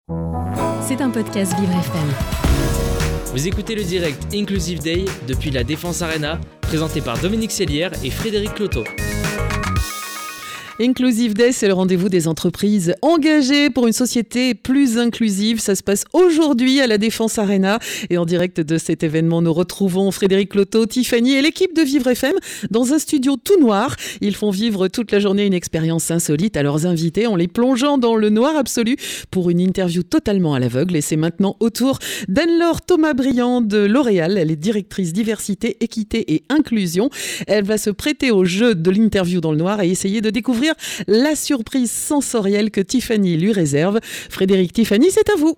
C'est un podcast Vivre FM. Vous écoutez le direct Inclusive Day depuis la Défense Arena, présenté par Dominique Sellière et Frédéric Cloteau. Inclusive Day, c'est le rendez-vous des entreprises engagées pour une société plus inclusive. Ça se passe aujourd'hui à la Défense Arena. Et en direct de cet événement, nous retrouvons Frédéric Cloteau, Tiffany et l'équipe de Vivre FM dans un studio tout noir. Ils font vivre toute la journée une expérience insolite à leurs invités en les plongeant dans le noir absolu pour une interview totalement à l'aveugle. Et c'est maintenant au tour d'Anne-Laure Thomas-Briand de L'Oréal. Elle est directrice diversité, équité et inclusion. Elle va se prêter au jeu de l'interview dans le noir et essayer de découvrir la surprise sensorielle que Tiffany lui réserve. Frédéric, Tiffany, c'est à vous.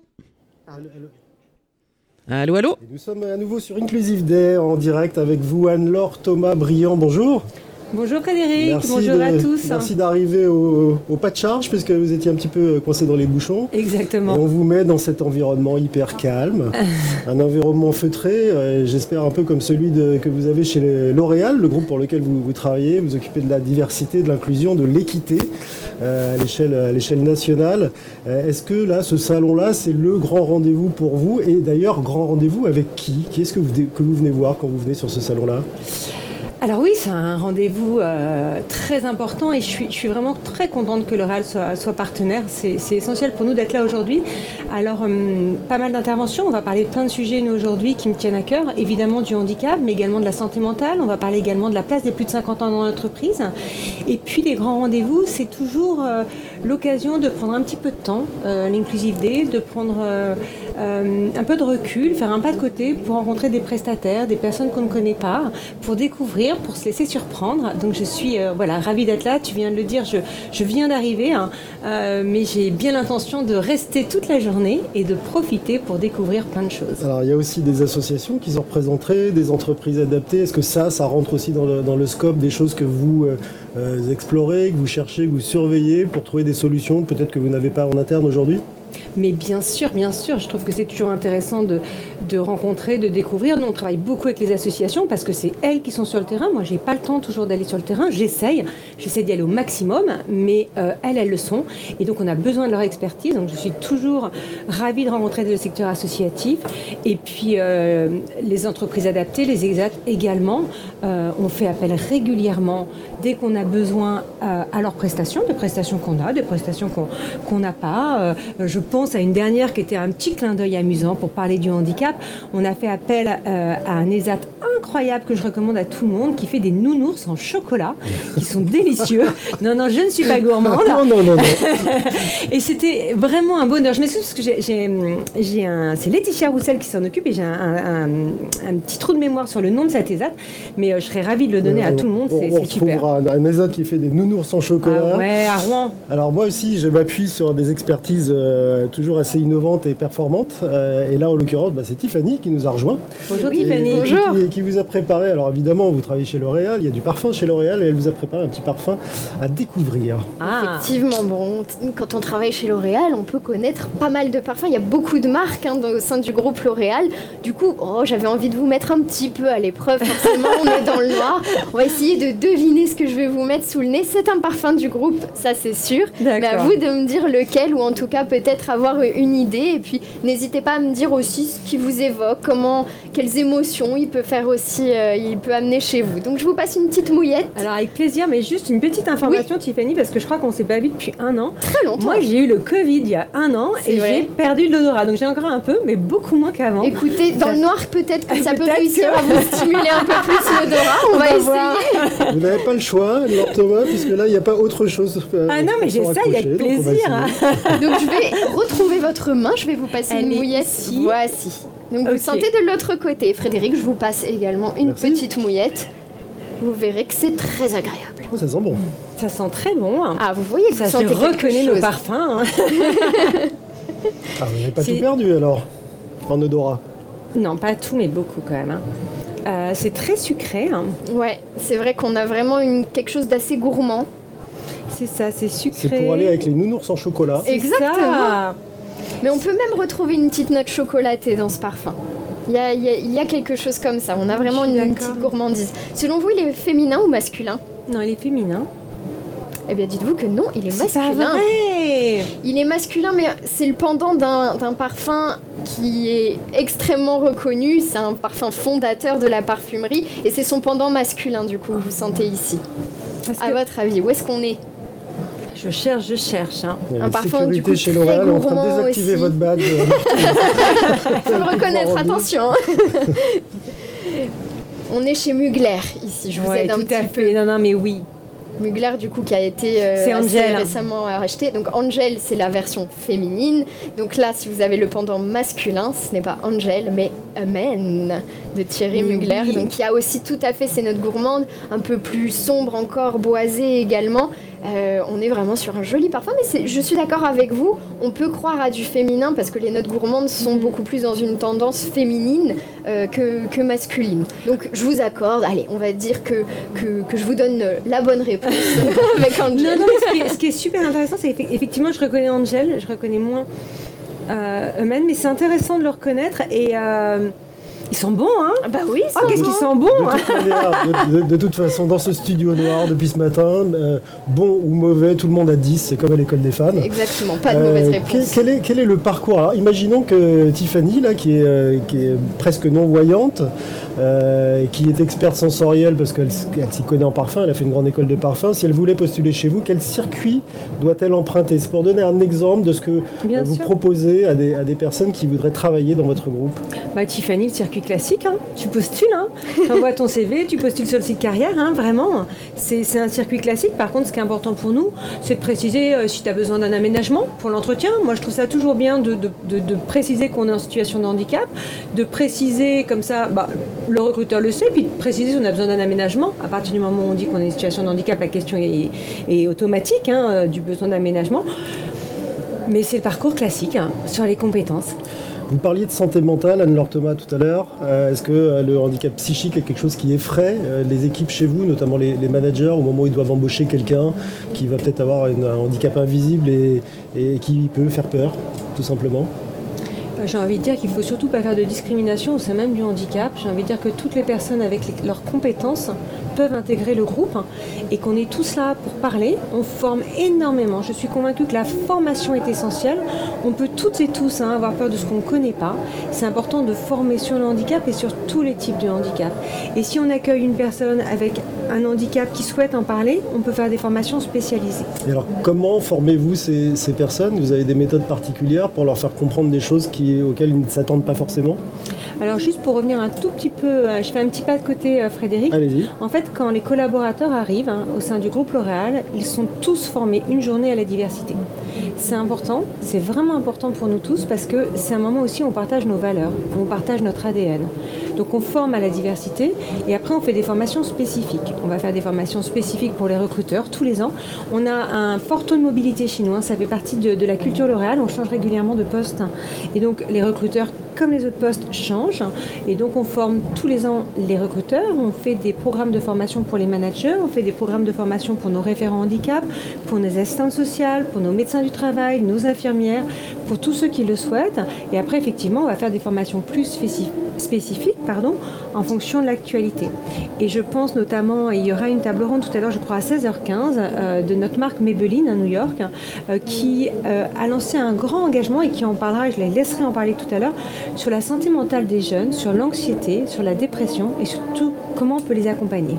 Allô, allô. Et nous sommes à nouveau sur Inclusive Day en direct avec vous, Anne-Laure Thomas-Briand. Bonjour. Bonjour Frédéric, bonjour à tous. Merci d'arriver au pas de charge puisque vous étiez un petit peu coincé dans les bouchons. Exactement. Et on vous met dans cet environnement hyper calme, un environnement feutré, j'espère un peu comme celui que vous avez chez L'Oréal, le groupe pour lequel vous travaillez. Vous occupez de la diversité, de l'inclusion, de l'équité à l'échelle nationale. Est-ce que là, ce salon-là, c'est le grand rendez-vous pour vous? Et d'ailleurs, grand rendez-vous avec qui? Qui est-ce que vous venez voir quand vous venez sur ce salon-là? Alors oui, c'est un rendez-vous très important et je suis vraiment très contente que L'Oréal soit partenaire. C'est essentiel pour nous d'être là aujourd'hui. Alors, pas mal d'interventions. On va parler de plein de sujets nous aujourd'hui qui me tiennent à cœur. Évidemment du handicap, mais également de la santé mentale. On va parler également de la place des plus de 50 ans dans l'entreprise. Et puis les grands rendez-vous, c'est toujours l'occasion de prendre un petit peu de temps, l'Inclusive Day, de prendre un peu de recul, faire un pas de côté pour rencontrer des prestataires, des personnes qu'on ne connaît pas, pour découvrir, pour se laisser surprendre. Donc je suis ravie d'être là. Tu viens de le dire, je viens d'arriver, mais j'ai bien l'intention de rester toute la journée et de profiter pour découvrir plein de choses. Alors il y a aussi des associations qui sont représentées, des entreprises adaptées. Est-ce que ça rentre aussi dans le scope des choses que vous explorez, que vous cherchez, que vous surveillez pour trouver des solutions peut-être que vous n'avez pas en interne aujourd'hui ? Mais bien sûr, je trouve que c'est toujours intéressant de rencontrer, de découvrir. Nous, on travaille beaucoup avec les associations parce que c'est elles qui sont sur le terrain. Moi, j'ai pas le temps toujours d'aller sur le terrain. J'essaie d'y aller au maximum, mais elles le sont. Et donc, on a besoin de leur expertise. Donc, je suis toujours ravie de rencontrer le secteur associatif. Et puis, les entreprises adaptées, les EXAT également. On fait appel régulièrement dès qu'on a besoin à leurs prestations, des prestations qu'on a, des prestations qu'on n'a pas. Je pense à une dernière qui était un petit clin d'œil amusant pour parler du handicap. On a fait appel à un ESAT incroyable que je recommande à tout le monde qui fait des nounours en chocolat qui sont délicieux. Non, je ne suis pas gourmande. Non. Et c'était vraiment un bonheur. Je m'excuse parce que c'est Laetitia Roussel qui s'en occupe et j'ai un petit trou de mémoire sur le nom de cet ESAT, mais je serais ravie de le donner à tout le monde. C'est super. On retrouvera un ESAT qui fait des nounours en chocolat. Ah ouais, à Rouen. Alors moi aussi, je m'appuie sur des expertises toujours assez innovantes et performantes. Et là, en l'occurrence, c'est Tiffany qui nous a rejoint. Bonjour Tiffany. Bonjour. Qui vous a préparé, alors évidemment, vous travaillez chez L'Oréal, il y a du parfum chez L'Oréal et elle vous a préparé un petit parfum à découvrir. Effectivement, quand on travaille chez L'Oréal, on peut connaître pas mal de parfums. Il y a beaucoup de marques au sein du groupe L'Oréal. Du coup, j'avais envie de vous mettre un petit peu à l'épreuve. Forcément, on est dans le noir. On va essayer de deviner ce que je vais vous mettre sous le nez. C'est un parfum du groupe, ça c'est sûr. D'accord. Mais à vous de me dire lequel, ou en tout cas peut-être avoir une idée. Et puis, n'hésitez pas à me dire aussi ce qui vous évoque, quelles émotions il peut faire aussi, il peut amener chez vous. Donc, je vous passe une petite mouillette. Alors, avec plaisir, mais juste une petite information, oui. Tiffany, parce que je crois qu'on ne s'est pas vu depuis 1 an. Très longtemps. Moi, j'ai eu le Covid il y a 1 an et j'ai perdu l'odorat. Donc, j'ai encore un peu, mais beaucoup moins qu'avant. Écoutez, dans le noir, peut-être que ça peut réussir à vous stimuler un peu plus l'odorat. On va essayer. Vous n'avez pas le choix, Anne-Laure Thomas, puisque là, il n'y a pas autre chose. Ah non, mais j'essaye avec plaisir. Donc, je vais retrouver votre main. Je vais vous passer une mouillette. Ici. Voici. Donc, vous sentez de l'autre côté. Frédéric, je vous passe également une petite mouillette. Vous verrez que c'est très agréable. Oh, ça sent bon. Ça sent très bon. Ah, vous voyez que ça, je reconnais nos parfums. Vous n'avez pas tout perdu alors, en odorat? Non, pas tout, mais beaucoup quand même. C'est très sucré. Ouais, c'est vrai qu'on a vraiment quelque chose d'assez gourmand. C'est ça, c'est sucré. C'est pour aller avec les nounours en chocolat. Exactement. Ça. Mais on peut même retrouver une petite note chocolatée dans ce parfum. Il y a quelque chose comme ça. On a vraiment une petite gourmandise. Selon vous, il est féminin ou masculin? Non, il est féminin. Eh bien, dites-vous que non, il est C'est pas masculin. vrai. Il est masculin, mais c'est le pendant d'un parfum qui est extrêmement reconnu. C'est un parfum fondateur de la parfumerie et c'est son pendant masculin, du coup, vous sentez ici. Parce que À votre avis, où est-ce qu'on est? je cherche. Hein. Il y a Un une parfum, sécurité du coup, chez très L'Oréal est en train de gourmand désactiver aussi. votre badge. Faut le reconnaître, attention. On est chez Mugler ici, je vous Ouais, aide un tout à petit peu. fait. Non, mais oui. Mugler, du coup, qui a été C'est assez Angel. récemment racheté. Donc Angel, c'est la version féminine. Donc là, si vous avez le pendant masculin, ce n'est pas Angel, mais Amen de Thierry Mais Mugler. oui. Donc il y a aussi tout à fait ces notes gourmandes, un peu plus sombre encore, boisées également. On est vraiment sur un joli parfum, mais je suis d'accord avec vous, on peut croire à du féminin parce que les notes gourmandes sont beaucoup plus dans une tendance féminine que masculine. Donc je vous accorde, allez, on va dire que je vous donne la bonne réponse avec Angel. Non, mais ce qui est super intéressant, c'est effectivement, je reconnais Angel, je reconnais moins Eumen, mais c'est intéressant de le reconnaître et ils sont bons, hein. Bah oui, Oh, qu'est-ce qu'ils sont bons, hein. De toute façon, dans ce studio noir depuis ce matin, bon ou mauvais, tout le monde a 10, c'est comme à l'école des fans. Exactement, pas de mauvaise réponse. Quel est le parcours? Alors, imaginons que Tiffany, là, qui est presque non-voyante, qui est experte sensorielle parce qu'elle s'y connaît en parfum, elle a fait une grande école de parfum, si elle voulait postuler chez vous, quel circuit doit-elle emprunter? C'est pour donner un exemple de ce que Bien vous sûr. proposez à des personnes qui voudraient travailler dans votre groupe. Bah, Tiffany, le circuit classique, hein. Tu postules, hein. Tu envoies ton CV, tu postules sur le site carrière, hein, vraiment. C'est un circuit classique. Par contre, ce qui est important pour nous, c'est de préciser si tu as besoin d'un aménagement pour l'entretien. Moi, je trouve ça toujours bien de préciser qu'on est en situation de handicap, de préciser comme ça, le recruteur le sait, puis de préciser si on a besoin d'un aménagement. À partir du moment où on dit qu'on est en situation de handicap, la question est automatique, hein, du besoin d'aménagement. Mais c'est le parcours classique, hein, sur les compétences. Vous parliez de santé mentale, Anne-Laure Thomas, tout à l'heure. Est-ce que le handicap psychique est quelque chose qui effraie les équipes chez vous, notamment les managers, au moment où ils doivent embaucher quelqu'un qui va peut-être avoir un handicap invisible et qui peut faire peur, tout simplement? J'ai envie de dire qu'il ne faut surtout pas faire de discrimination au sein même du handicap. J'ai envie de dire que toutes les personnes avec leurs compétences peuvent intégrer le groupe et qu'on est tous là pour parler. On forme énormément. Je suis convaincue que la formation est essentielle. On peut toutes et tous avoir peur de ce qu'on ne connaît pas. C'est important de former sur le handicap et sur tous les types de handicap. Et si on accueille une personne avec un handicap qui souhaite en parler, on peut faire des formations spécialisées. Et alors, comment formez-vous ces personnes? Vous avez des méthodes particulières pour leur faire comprendre des choses auxquelles ils ne s'attendent pas forcément? Alors juste pour revenir un tout petit peu, je fais un petit pas de côté Frédéric. Allez-y. En fait, quand les collaborateurs arrivent au sein du groupe L'Oréal, ils sont tous formés une journée à la diversité. C'est important, c'est vraiment important pour nous tous parce que c'est un moment aussi où on partage nos valeurs, où on partage notre ADN. Donc on forme à la diversité et après on fait des formations spécifiques. On va faire des formations spécifiques pour les recruteurs tous les ans. On a un fort taux de mobilité chez nous, ça fait partie de la culture L'Oréal, on change régulièrement de poste. Et donc les recruteurs, comme les autres postes, changent. Et donc on forme tous les ans les recruteurs, on fait des programmes de formation pour les managers, on fait des programmes de formation pour nos référents handicap, pour nos assistantes sociales, pour nos médecins du travail, nos infirmières, pour tous ceux qui le souhaitent. Et après, effectivement, on va faire des formations plus spécifiques en fonction de l'actualité. Et je pense notamment, et il y aura une table ronde tout à l'heure, je crois à 16h15, de notre marque Maybelline à New York, qui a lancé un grand engagement et qui en parlera, et je les laisserai en parler tout à l'heure, sur la santé mentale des jeunes, sur l'anxiété, sur la dépression et surtout comment on peut les accompagner.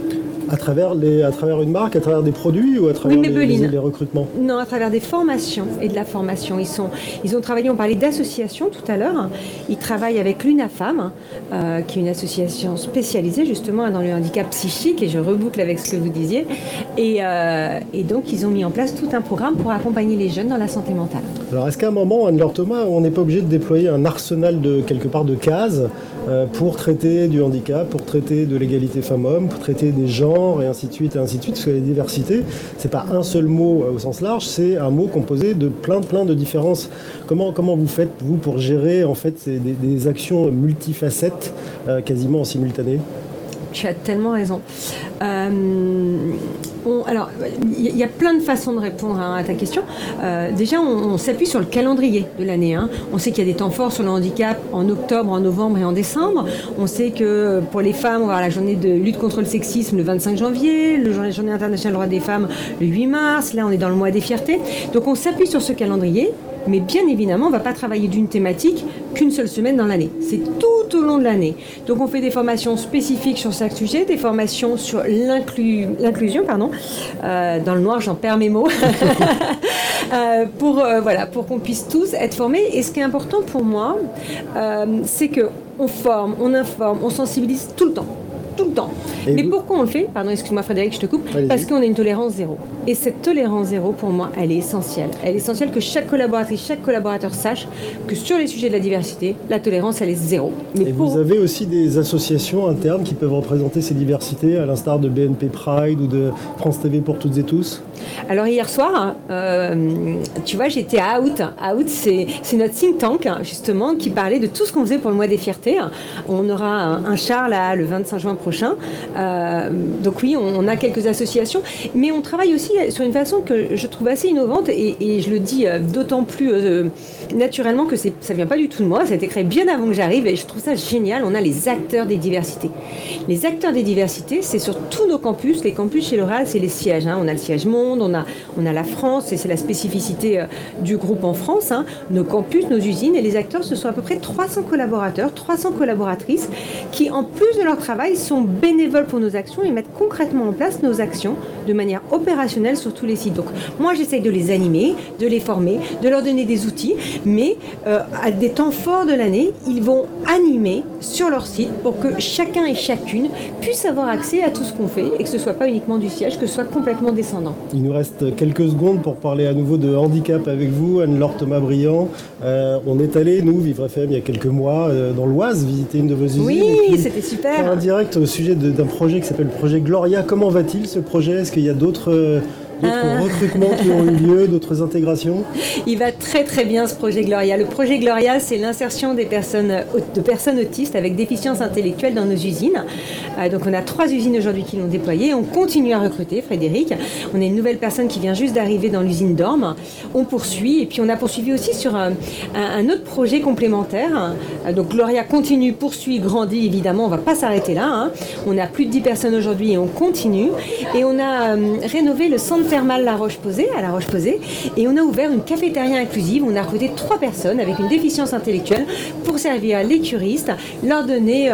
À travers une marque, à travers des produits ou à travers les recrutements? Non, à travers des formations et de la formation. Ils ont travaillé, on parlait d'associations tout à l'heure. Ils travaillent avec l'UNAFAM, qui est une association spécialisée justement dans le handicap psychique, et je reboucle avec ce que vous disiez. Et donc, ils ont mis en place tout un programme pour accompagner les jeunes dans la santé mentale. Alors, est-ce qu'à un moment, Anne-Laure Thomas, on n'est pas obligé de déployer un arsenal de cases pour traiter du handicap, pour traiter de l'égalité femmes-hommes, pour traiter des genres et ainsi de suite, parce que la diversité, c'est pas un seul mot au sens large, c'est un mot composé de plein de différences. Comment vous faites, vous, pour gérer en fait des actions multifacettes quasiment en simultané? Tu as tellement raison. Alors, il y a plein de façons de répondre à ta question. Déjà, on s'appuie sur le calendrier de l'année. On sait qu'il y a des temps forts sur le handicap en octobre, en novembre et en décembre. On sait que pour les femmes, on va avoir la journée de lutte contre le sexisme le 25 janvier, la journée internationale des droits des femmes le 8 mars. Là, on est dans le mois des fiertés. Donc, on s'appuie sur ce calendrier. Mais bien évidemment, on ne va pas travailler d'une thématique qu'une seule semaine dans l'année. C'est tout au long de l'année. Donc on fait des formations spécifiques sur chaque sujet, des formations sur l'inclusion, dans le noir, j'en perds mes mots, pour qu'on puisse tous être formés. Et ce qui est important pour moi, c'est qu'on forme, on informe, on sensibilise tout le temps. Mais pourquoi on le fait ? Pardon, excuse-moi Frédéric, je te coupe. Allez-y. Parce qu'on a une tolérance zéro. Et cette tolérance zéro, pour moi, elle est essentielle. Elle est essentielle que chaque collaboratrice, chaque collaborateur sache que sur les sujets de la diversité, la tolérance, elle est zéro. Mais vous avez aussi des associations internes qui peuvent représenter ces diversités, à l'instar de BNP Pride ou de France TV pour toutes et tous ? Alors hier soir, tu vois, j'étais à Out. Out, c'est notre think tank, justement, qui parlait de tout ce qu'on faisait pour le mois des fiertés. On aura un char là, le 25 juin prochain. Donc oui, on a quelques associations, mais on travaille aussi sur une façon que je trouve assez innovante et je le dis d'autant plus naturellement que ça ne vient pas du tout de moi. Ça a été créé bien avant que j'arrive et je trouve ça génial. On a les acteurs des diversités. Les acteurs des diversités, c'est sur tous nos campus. Les campus chez L'Oréal, c'est les sièges. On a le siège Monde, on a la France, et c'est la spécificité du groupe en France. Nos campus, nos usines, et les acteurs, ce sont à peu près 300 collaborateurs, 300 collaboratrices qui, en plus de leur travail, sont bénévoles pour nos actions et mettent concrètement en place nos actions de manière opérationnelle sur tous les sites. Donc moi, j'essaye de les animer, de les former, de leur donner des outils, mais à des temps forts de l'année, ils vont animer sur leur site pour que chacun et chacune puisse avoir accès à tout ce qu'on fait et que ce ne soit pas uniquement du siège, que ce soit complètement descendant. Il nous reste quelques secondes pour parler à nouveau de handicap avec vous, Anne-Laure Thomas-Briand. On est allé, nous, Vivre FM, il y a quelques mois, dans l'Oise, visiter une de vos usines. Oui, c'était super. Faire un direct au sujet d'un projet qui s'appelle le projet Gloria. Comment va-t-il ce projet ? Est-ce qu'il y a d'autres recrutements qui ont eu lieu, d'autres intégrations ? Il va très très bien ce projet Gloria. Le projet Gloria, c'est l'insertion de personnes autistes avec déficience intellectuelle dans nos usines. Donc on a 3 usines aujourd'hui qui l'ont déployé. On continue à recruter, Frédéric. On a une nouvelle personne qui vient juste d'arriver dans l'usine d'Orme. On poursuit et puis on a poursuivi aussi sur un autre projet complémentaire. Donc Gloria continue, poursuit, grandit évidemment. On ne va pas s'arrêter là. On a plus de 10 personnes aujourd'hui et on continue. Et on a rénové le centre thermal La Roche-Posay, à La Roche-Posay, et on a ouvert une cafétéria inclusive. On a recruté 3 personnes avec une déficience intellectuelle pour servir les curistes, leur donner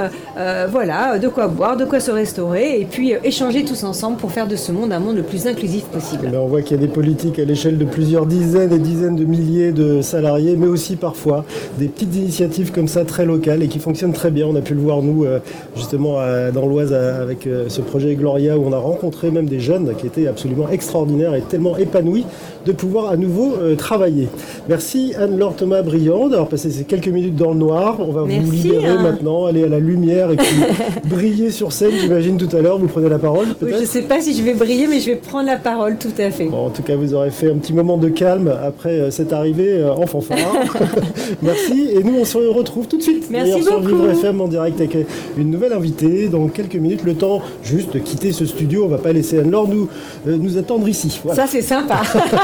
de quoi boire, de quoi se restaurer, et puis échanger tous ensemble pour faire de ce monde un monde le plus inclusif possible. On voit qu'il y a des politiques à l'échelle de plusieurs dizaines et dizaines de milliers de salariés, mais aussi parfois des petites initiatives comme ça très locales et qui fonctionnent très bien. On a pu le voir nous justement dans l'Oise avec ce projet Gloria où on a rencontré même des jeunes qui étaient absolument extraordinaires et tellement épanouis de pouvoir à nouveau travailler. Merci Anne-Laure Thomas-Briand d'avoir passé ces quelques minutes dans le noir. On va vous libérer maintenant, aller à la lumière et puis briller sur scène, j'imagine tout à l'heure. Vous prenez la parole peut-être ? Oui, je ne sais pas si je vais briller, mais je vais prendre la parole, tout à fait. Bon, en tout cas, vous aurez fait un petit moment de calme après cette arrivée en fanfare. Merci, et nous on se retrouve tout de suite. Merci sur beaucoup. Vivre FM en direct avec une nouvelle invitée dans quelques minutes. Le temps juste de quitter ce studio. On ne va pas laisser Anne-Laure nous attendre ici. Voilà. Ça c'est sympa.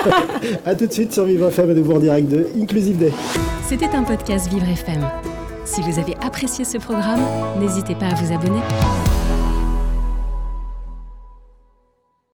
A tout de suite sur Vivre FM, à nouveau en direct de Inclusive Day. C'était un podcast Vivre FM. Si vous avez apprécié ce programme, n'hésitez pas à vous abonner.